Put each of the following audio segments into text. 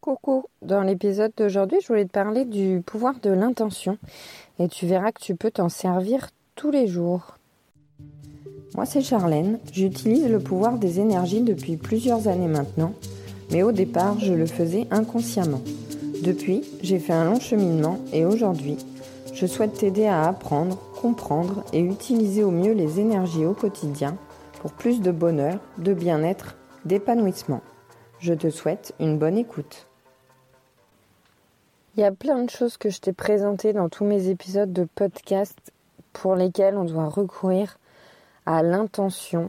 Coucou, dans l'épisode d'aujourd'hui, je voulais te parler du pouvoir de l'intention et tu verras que tu peux t'en servir tous les jours. Moi, c'est Charlène, j'utilise le pouvoir des énergies depuis plusieurs années maintenant, mais au départ, je le faisais inconsciemment. Depuis, j'ai fait un long cheminement et aujourd'hui, je souhaite t'aider à apprendre, comprendre et utiliser au mieux les énergies au quotidien pour plus de bonheur, de bien-être, d'épanouissement. Je te souhaite une bonne écoute. Il y a plein de choses que je t'ai présentées dans tous mes épisodes de podcast pour lesquels on doit recourir à l'intention,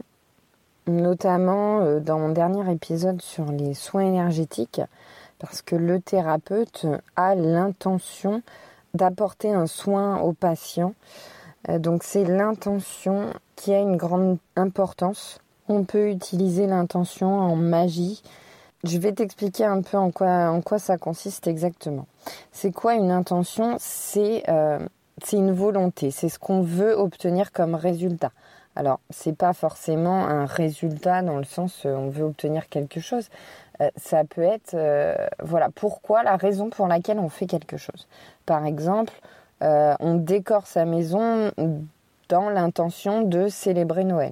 notamment dans mon dernier épisode sur les soins énergétiques, parce que le thérapeute a l'intention d'apporter un soin au patient. Donc c'est l'intention qui a une grande importance. On peut utiliser l'intention en magie. Je vais t'expliquer un peu en quoi ça consiste exactement. C'est quoi une intention ? C'est une volonté, c'est ce qu'on veut obtenir comme résultat. Alors, c'est pas forcément un résultat dans le sens on veut obtenir quelque chose. Ça peut être, pourquoi, la raison pour laquelle on fait quelque chose. Par exemple, on décore sa maison dans l'intention de célébrer Noël.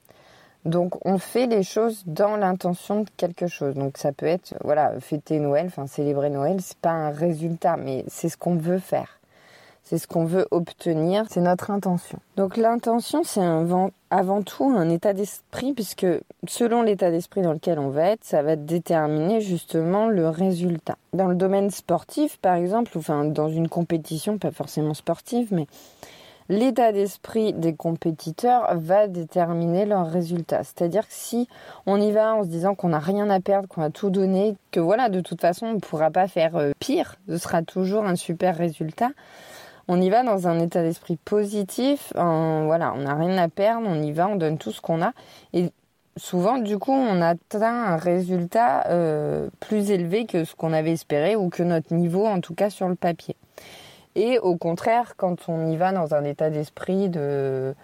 Donc, on fait les choses dans l'intention de quelque chose. Donc, ça peut être, fêter Noël, célébrer Noël, c'est pas un résultat, mais c'est ce qu'on veut faire. C'est ce qu'on veut obtenir, c'est notre intention. Donc, l'intention, c'est avant tout un état d'esprit, puisque selon l'état d'esprit dans lequel on va être, ça va déterminer justement le résultat. Dans le domaine sportif, par exemple, dans une compétition, pas forcément sportive, mais l'état d'esprit des compétiteurs va déterminer leur résultat. C'est-à-dire que si on y va en se disant qu'on n'a rien à perdre, qu'on a tout donné, que de toute façon, on ne pourra pas faire pire, ce sera toujours un super résultat. On y va dans un état d'esprit positif, on n'a rien à perdre, on y va, on donne tout ce qu'on a. Et souvent, du coup, on atteint un résultat plus élevé que ce qu'on avait espéré ou que notre niveau, en tout cas, sur le papier. Et au contraire, quand on y va dans un état d'esprit de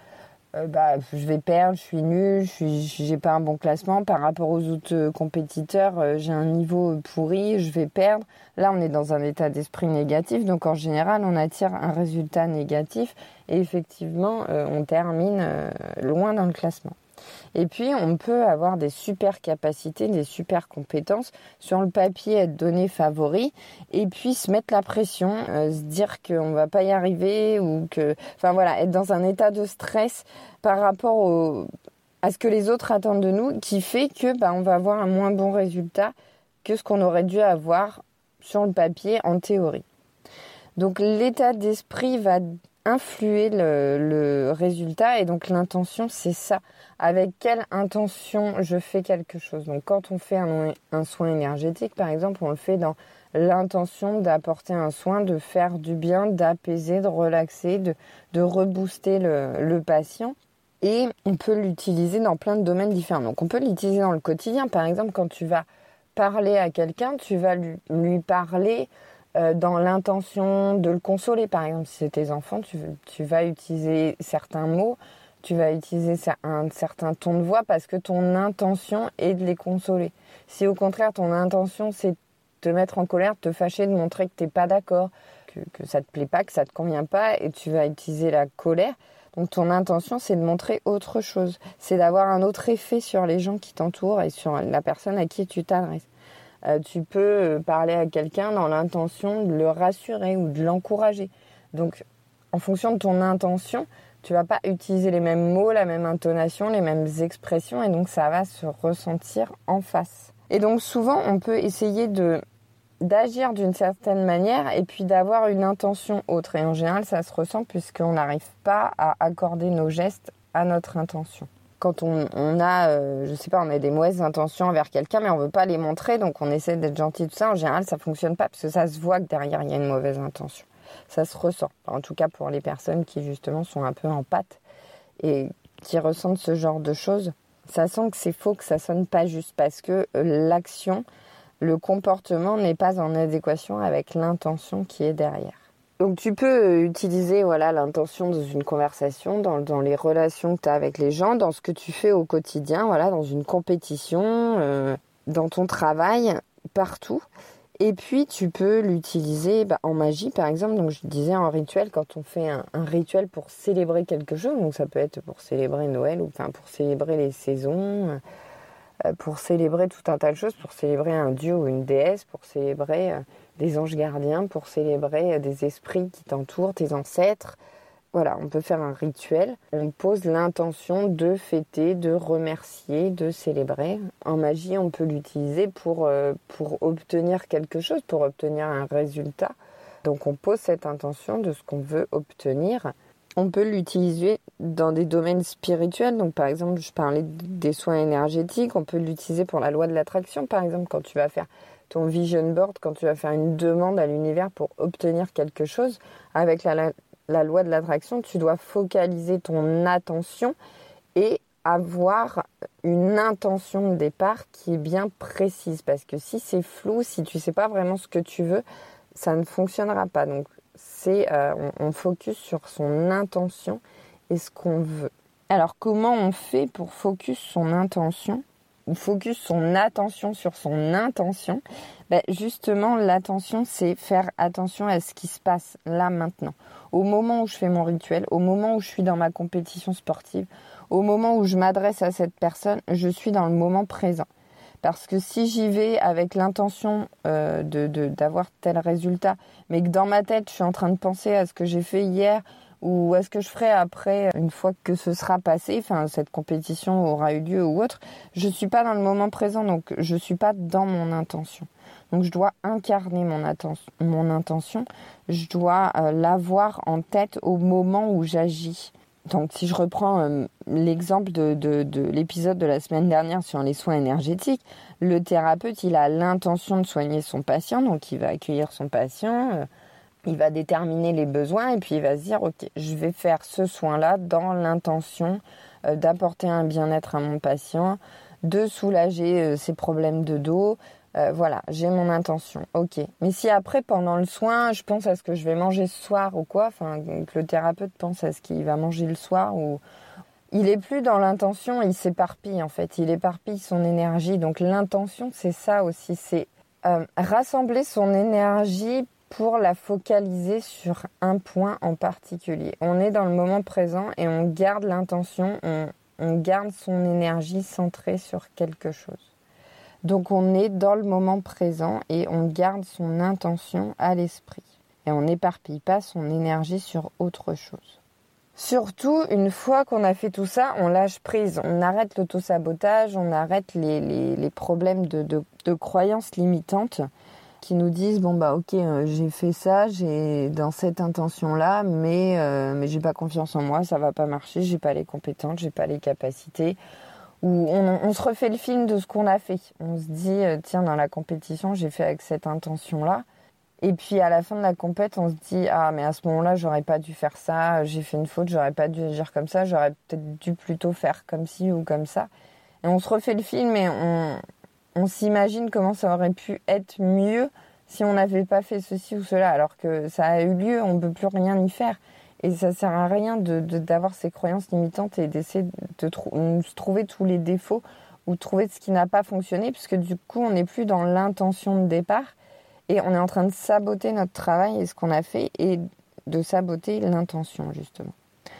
je vais perdre, je suis nul, j'ai pas un bon classement par rapport aux autres compétiteurs, j'ai un niveau pourri, je vais perdre. Là, on est dans un état d'esprit négatif, donc en général, on attire un résultat négatif et effectivement, on termine loin dans le classement. Et puis, on peut avoir des super capacités, des super compétences. Sur le papier, être donné favori. Et puis, se mettre la pression, se dire qu'on ne va pas y arriver. Être dans un état de stress par rapport à ce que les autres attendent de nous, qui fait que on va avoir un moins bon résultat que ce qu'on aurait dû avoir sur le papier en théorie. Donc, l'état d'esprit va influer le résultat et donc l'intention, c'est ça. Avec quelle intention je fais quelque chose. Donc quand on fait un soin énergétique, par exemple, on le fait dans l'intention d'apporter un soin, de faire du bien, d'apaiser, de relaxer, de rebooster le patient. Et on peut l'utiliser dans plein de domaines différents. Donc on peut l'utiliser dans le quotidien. Par exemple, quand tu vas parler à quelqu'un, tu vas lui parler dans l'intention de le consoler. Par exemple, si c'est tes enfants, tu vas utiliser certains mots, tu vas utiliser un certain ton de voix parce que ton intention est de les consoler. Si au contraire, ton intention, c'est de te mettre en colère, de te fâcher, de montrer que tu n'es pas d'accord, que ça ne te plaît pas, que ça ne te convient pas, et tu vas utiliser la colère. Donc ton intention, c'est de montrer autre chose. C'est d'avoir un autre effet sur les gens qui t'entourent et sur la personne à qui tu t'adresses. Tu peux parler à quelqu'un dans l'intention de le rassurer ou de l'encourager. Donc, en fonction de ton intention, tu vas pas utiliser les mêmes mots, la même intonation, les mêmes expressions, et donc ça va se ressentir en face. Et donc souvent, on peut essayer d'agir d'une certaine manière et puis d'avoir une intention autre. Et en général, ça se ressent puisqu'on n'arrive pas à accorder nos gestes à notre intention. Quand on a, on a des mauvaises intentions envers quelqu'un, mais on veut pas les montrer, donc on essaie d'être gentil, tout ça. En général, ça fonctionne pas, parce que ça se voit que derrière, il y a une mauvaise intention. Ça se ressent. En tout cas, pour les personnes qui, justement, sont un peu en pâte et qui ressentent ce genre de choses, ça sent que c'est faux, que ça sonne pas juste, parce que l'action, le comportement n'est pas en adéquation avec l'intention qui est derrière. Donc tu peux utiliser l'intention dans une conversation, dans les relations que tu as avec les gens, dans ce que tu fais au quotidien, dans une compétition, dans ton travail, partout. Et puis, tu peux l'utiliser en magie, par exemple. Donc, je disais en rituel, quand on fait un rituel pour célébrer quelque chose. Donc, ça peut être pour célébrer Noël, ou pour célébrer les saisons, pour célébrer tout un tas de choses, pour célébrer un dieu ou une déesse, pour célébrer des anges gardiens, pour célébrer des esprits qui t'entourent, tes ancêtres. Voilà, on peut faire un rituel. On pose l'intention de fêter, de remercier, de célébrer. En magie, on peut l'utiliser pour obtenir quelque chose, pour obtenir un résultat. Donc on pose cette intention de ce qu'on veut obtenir. On peut l'utiliser dans des domaines spirituels. Donc par exemple, je parlais des soins énergétiques. On peut l'utiliser pour la loi de l'attraction. Par exemple, quand tu vas faire ton vision board, quand tu vas faire une demande à l'univers pour obtenir quelque chose, avec la loi de l'attraction, tu dois focaliser ton attention et avoir une intention de départ qui est bien précise. Parce que si c'est flou, si tu ne sais pas vraiment ce que tu veux, ça ne fonctionnera pas. Donc, on focus sur son intention et ce qu'on veut. Alors, comment on fait pour focus son intention ou focus son attention sur son intention? Justement, l'attention, c'est faire attention à ce qui se passe là, maintenant. Au moment où je fais mon rituel, au moment où je suis dans ma compétition sportive, au moment où je m'adresse à cette personne, je suis dans le moment présent. Parce que si j'y vais avec l'intention d'avoir tel résultat, mais que dans ma tête, je suis en train de penser à ce que j'ai fait hier ou à ce que je ferai après, une fois que ce sera passé, cette compétition aura eu lieu ou autre, je ne suis pas dans le moment présent, donc je ne suis pas dans mon intention. Donc je dois incarner mon intention, je dois l'avoir en tête au moment où j'agis. Donc si je reprends l'exemple de l'épisode de la semaine dernière sur les soins énergétiques, le thérapeute, il a l'intention de soigner son patient, donc il va accueillir son patient, il va déterminer les besoins et puis il va se dire « Ok, je vais faire ce soin-là dans l'intention d'apporter un bien-être à mon patient, de soulager ses problèmes de dos. Voilà, j'ai mon intention. Ok. Mais si après, pendant le soin, je pense à ce que je vais manger ce soir ou quoi, que le thérapeute pense à ce qu'il va manger le soir, ou il est plus dans l'intention, il s'éparpille en fait. Il éparpille son énergie. Donc l'intention, c'est ça aussi. C'est rassembler son énergie pour la focaliser sur un point en particulier. On est dans le moment présent et on garde l'intention, on garde son énergie centrée sur quelque chose. Donc on est dans le moment présent et on garde son intention à l'esprit. Et on n'éparpille pas son énergie sur autre chose. Surtout, une fois qu'on a fait tout ça, on lâche prise. On arrête l'auto-sabotage, on arrête les problèmes de croyances limitantes qui nous disent ok, j'ai fait ça, j'ai dans cette intention-là, mais j'ai pas confiance en moi, ça va pas marcher, j'ai pas les compétences, j'ai pas les capacités. Ou on se refait le film de ce qu'on a fait. On se dit, tiens, dans la compétition, j'ai fait avec cette intention-là. Et puis, à la fin de la compète, on se dit, ah, mais à ce moment-là, j'aurais pas dû faire ça, j'ai fait une faute, j'aurais pas dû agir comme ça, j'aurais peut-être dû plutôt faire comme ci ou comme ça. Et on se refait le film et on s'imagine comment ça aurait pu être mieux si on n'avait pas fait ceci ou cela, alors que ça a eu lieu, on ne peut plus rien y faire. Et ça sert à rien d'avoir ces croyances limitantes et d'essayer de trouver tous les défauts ou trouver ce qui n'a pas fonctionné, puisque du coup, on n'est plus dans l'intention de départ et on est en train de saboter notre travail et ce qu'on a fait et de saboter l'intention, justement.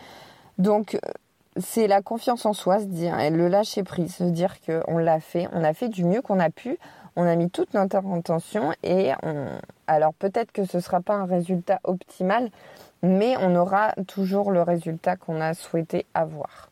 Donc, c'est la confiance en soi, se dire, et le lâcher prise, se dire qu'on l'a fait, on a fait du mieux qu'on a pu, on a mis toute notre intention et alors peut-être que ce ne sera pas un résultat optimal, mais on aura toujours le résultat qu'on a souhaité avoir.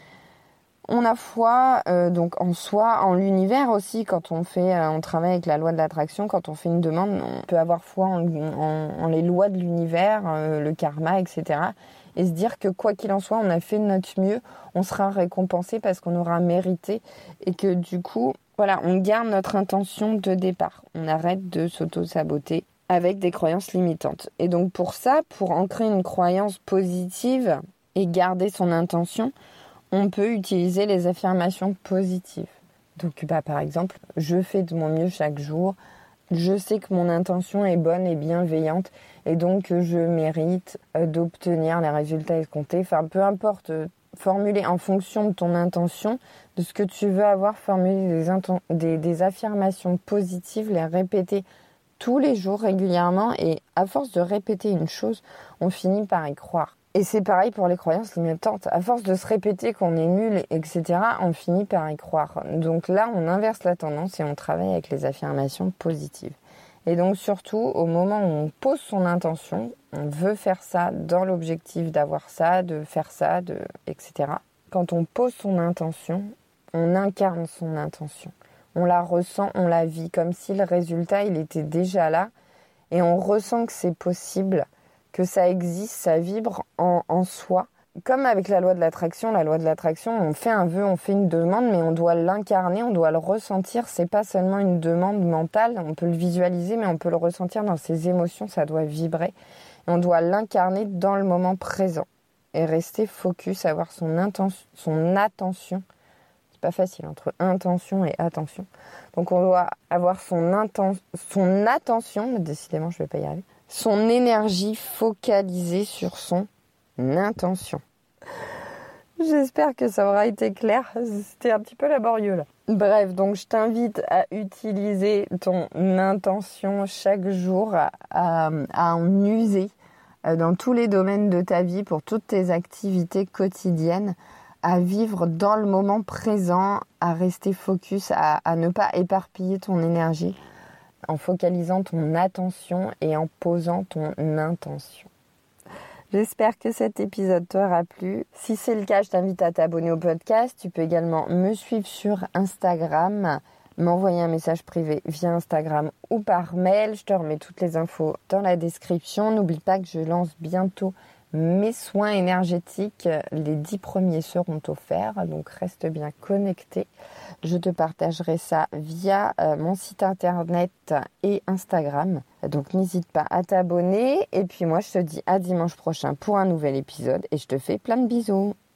On a foi donc en soi, en l'univers aussi, quand on travaille avec la loi de l'attraction, quand on fait une demande, on peut avoir foi en les lois de l'univers, le karma, etc. Et se dire que quoi qu'il en soit, on a fait de notre mieux, on sera récompensé parce qu'on aura mérité et que du coup, voilà, on garde notre intention de départ. On arrête de s'auto-saboter avec des croyances limitantes. Et donc pour ça, pour ancrer une croyance positive et garder son intention, on peut utiliser les affirmations positives. Donc par exemple, je fais de mon mieux chaque jour, je sais que mon intention est bonne et bienveillante et donc je mérite d'obtenir les résultats escomptés. Enfin, peu importe, formuler en fonction de ton intention, de ce que tu veux avoir, formuler des affirmations positives, les répéter tous les jours régulièrement et à force de répéter une chose, on finit par y croire. Et c'est pareil pour les croyances limitantes. À force de se répéter qu'on est nul, etc., on finit par y croire. Donc là, on inverse la tendance et on travaille avec les affirmations positives. Et donc surtout, au moment où on pose son intention, on veut faire ça dans l'objectif d'avoir ça, de faire ça, etc. Quand on pose son intention, on incarne son intention. On la ressent, on la vit, comme si le résultat, il était déjà là. Et on ressent que c'est possible, que ça existe, ça vibre en soi. Comme avec la loi de l'attraction, on fait un vœu, on fait une demande, mais on doit l'incarner, on doit le ressentir. C'est pas seulement une demande mentale, on peut le visualiser, mais on peut le ressentir dans ses émotions, ça doit vibrer. Et on doit l'incarner dans le moment présent et rester focus, avoir son attention. C'est pas facile entre intention et attention. Donc on doit avoir son attention, décidément je vais pas y arriver, son énergie focalisée sur son intention. J'espère que ça aura été clair. C'était un petit peu laborieux là. Bref, donc je t'invite à utiliser ton intention chaque jour, à en user dans tous les domaines de ta vie, pour toutes tes activités quotidiennes, à vivre dans le moment présent, à rester focus, à ne pas éparpiller ton énergie, en focalisant ton attention et en posant ton intention. J'espère que cet épisode t'aura plu. Si c'est le cas, je t'invite à t'abonner au podcast. Tu peux également me suivre sur Instagram, m'envoyer un message privé via Instagram ou par mail. Je te remets toutes les infos dans la description. N'oublie pas que je lance bientôt mes soins énergétiques. Les 10 premiers seront offerts, donc reste bien connecté. Je te partagerai ça via mon site internet et Instagram. Donc n'hésite pas à t'abonner. Et puis moi, je te dis à dimanche prochain pour un nouvel épisode. Et je te fais plein de bisous.